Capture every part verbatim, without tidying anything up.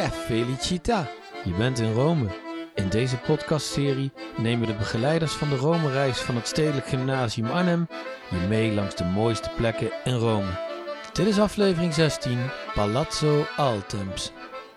Che felicita! Je bent in Rome. In deze podcastserie nemen de begeleiders van de Rome-reis van het Stedelijk Gymnasium Arnhem je mee langs de mooiste plekken in Rome. Dit is aflevering zestien, Palazzo Altemps.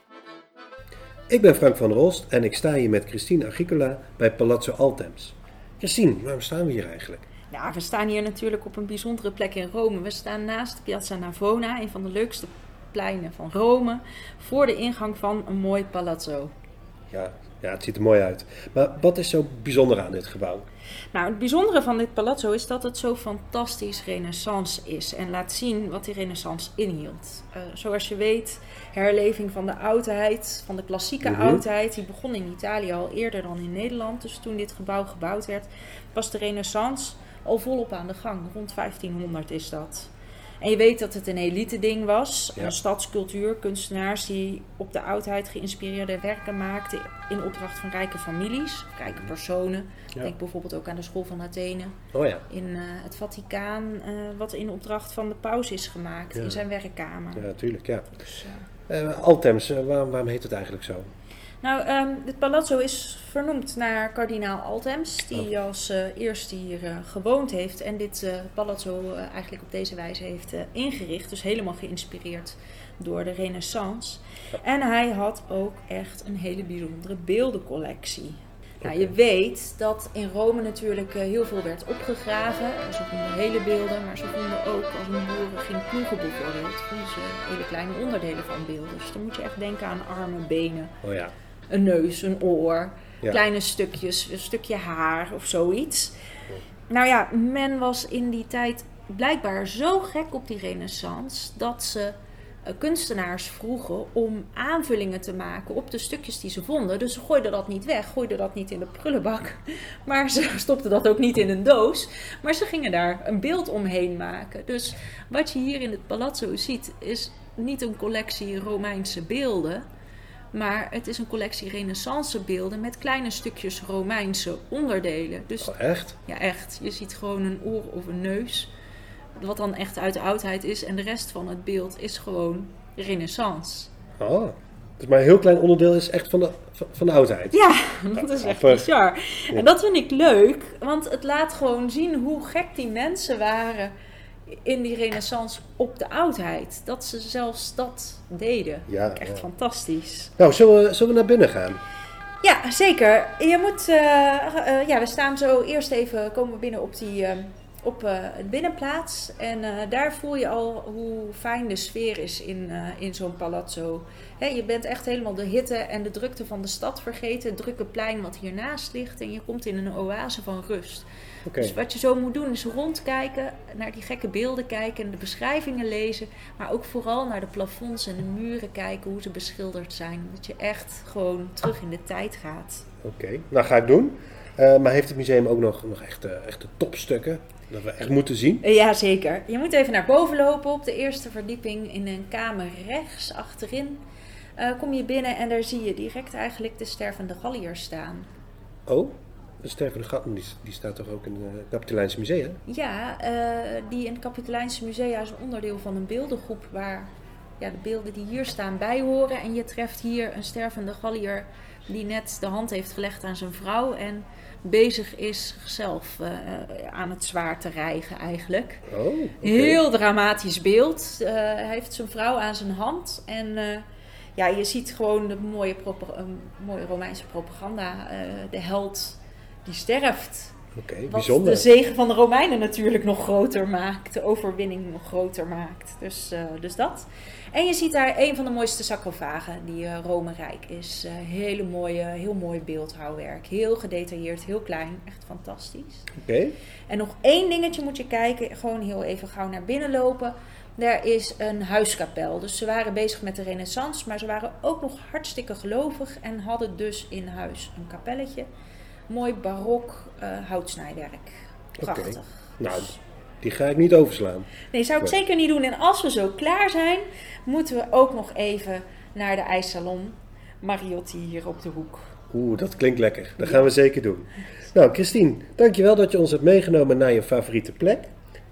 Ik ben Frank van der Olst en ik sta hier met Christine Agricola bij Palazzo Altemps. Christine, waarom staan we hier eigenlijk? Ja, we staan hier natuurlijk op een bijzondere plek in Rome. We staan naast Piazza Navona, een van de leukste pleinen van Rome, voor de ingang van een mooi palazzo. Ja, ja, het ziet er mooi uit. Maar wat is zo bijzonder aan dit gebouw? Nou, het bijzondere van dit palazzo is dat het zo fantastisch renaissance is en laat zien wat die renaissance inhield. Uh, zoals je weet, herleving van de oudheid, van de klassieke mm-hmm. oudheid, die begon in Italië al eerder dan in Nederland. Dus toen dit gebouw gebouwd werd, was de renaissance al volop aan de gang. Rond vijftienhonderd is dat. En je weet dat het een elite ding was. Ja. Een stadscultuur, kunstenaars die op de oudheid geïnspireerde werken maakten in opdracht van rijke families, rijke personen. Ja. Denk bijvoorbeeld ook aan de school van Athene. Oh ja. In uh, het Vaticaan, uh, wat in opdracht van de paus is gemaakt, ja. in zijn werkkamer. Ja, natuurlijk, ja. Dus, uh... Uh, Altemps, uh, waarom, waarom heet het eigenlijk zo? Nou, um, dit palazzo is vernoemd naar kardinaal Altemps, die oh. als uh, eerste hier uh, gewoond heeft en dit uh, palazzo uh, eigenlijk op deze wijze heeft uh, ingericht. Dus helemaal geïnspireerd door de Renaissance. Ja. En hij had ook echt een hele bijzondere beeldencollectie. Okay. Nou, je weet dat in Rome natuurlijk uh, heel veel werd opgegraven. Ze vonden hele beelden, maar ze vonden ook, als een boer ging ploegen bijvoorbeeld, vonden ze hele kleine onderdelen van beelden. Dus dan moet je echt denken aan armen, benen. Oh ja. Een neus, een oor, ja. kleine stukjes, een stukje haar of zoiets. Ja. Nou ja, men was in die tijd blijkbaar zo gek op die renaissance dat ze uh, kunstenaars vroegen om aanvullingen te maken op de stukjes die ze vonden. Dus ze gooiden dat niet weg, gooiden dat niet in de prullenbak, maar ze stopten dat ook niet in een doos. Maar ze gingen daar een beeld omheen maken. Dus wat je hier in het palazzo ziet is niet een collectie Romeinse beelden, maar het is een collectie renaissance beelden met kleine stukjes Romeinse onderdelen. Dus, oh, echt? Ja, echt. Je ziet gewoon een oor of een neus, wat dan echt uit de oudheid is. En de rest van het beeld is gewoon renaissance. Oh, dus maar een heel klein onderdeel is echt van de, van de oudheid. Ja, dat is echt bizar. Ja. En dat vind ik leuk, want het laat gewoon zien hoe gek die mensen waren in die renaissance op de oudheid. Dat ze zelfs dat deden. Ja, echt ja. fantastisch. Nou, zullen we, zullen we naar binnen gaan? Ja, zeker. Je moet, uh, uh, ja, we staan zo eerst even, komen we binnen op die, uh, op uh, het binnenplaats. En uh, daar voel je al hoe fijn de sfeer is in, uh, in zo'n palazzo. He, je bent echt helemaal de hitte en de drukte van de stad vergeten. Het drukke plein wat hiernaast ligt. En je komt in een oase van rust. Okay. Dus wat je zo moet doen is rondkijken, naar die gekke beelden kijken en de beschrijvingen lezen. Maar ook vooral naar de plafonds en de muren kijken, hoe ze beschilderd zijn. Dat je echt gewoon terug in de tijd gaat. Oké, okay. Nou ga ik doen. Uh, maar heeft het museum ook nog, nog echte, echte topstukken dat we echt moeten zien? Ja, zeker. Je moet even naar boven lopen op de eerste verdieping in een kamer rechts achterin. Uh, kom je binnen en daar zie je direct eigenlijk de stervende gallier staan. Oh? De stervende gat, die, die staat toch ook in het Capitolijnse Museum? Ja, uh, die in het Capitolijnse Museum is een onderdeel van een beeldengroep waar ja, de beelden die hier staan bij horen. En je treft hier een stervende gallier die net de hand heeft gelegd aan zijn vrouw en bezig is zichzelf uh, aan het zwaard te rijgen eigenlijk. Oh, okay. Heel dramatisch beeld. Uh, hij heeft zijn vrouw aan zijn hand en uh, ja, je ziet gewoon de mooie, propa- uh, mooie Romeinse propaganda, uh, de held die sterft. Oké, okay, wat bijzonder. De zege van de Romeinen natuurlijk nog groter maakt. De overwinning nog groter maakt. Dus, uh, dus dat. En je ziet daar een van de mooiste sarcofagen die uh, Rome rijk is. Uh, hele mooie, heel mooi beeldhouwwerk. Heel gedetailleerd, heel klein. Echt fantastisch. Oké. Okay. En nog één dingetje moet je kijken. Gewoon heel even gauw naar binnen lopen. Daar is een huiskapel. Dus ze waren bezig met de renaissance. Maar ze waren ook nog hartstikke gelovig. En hadden dus in huis een kapelletje. Mooi barok uh, houtsnijwerk. Prachtig. Okay. Nou, die ga ik niet overslaan. Nee, zou ik nee. zeker niet doen. En als we zo klaar zijn, moeten we ook nog even naar de ijssalon Mariotti hier op de hoek. Oeh, dat klinkt lekker. Dat ja. gaan we zeker doen. Nou, Christine, dankjewel dat je ons hebt meegenomen naar je favoriete plek.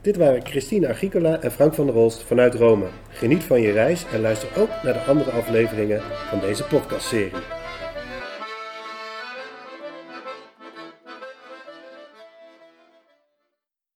Dit waren Christine Agricola en Frank van der Rolst vanuit Rome. Geniet van je reis en luister ook naar de andere afleveringen van deze podcastserie.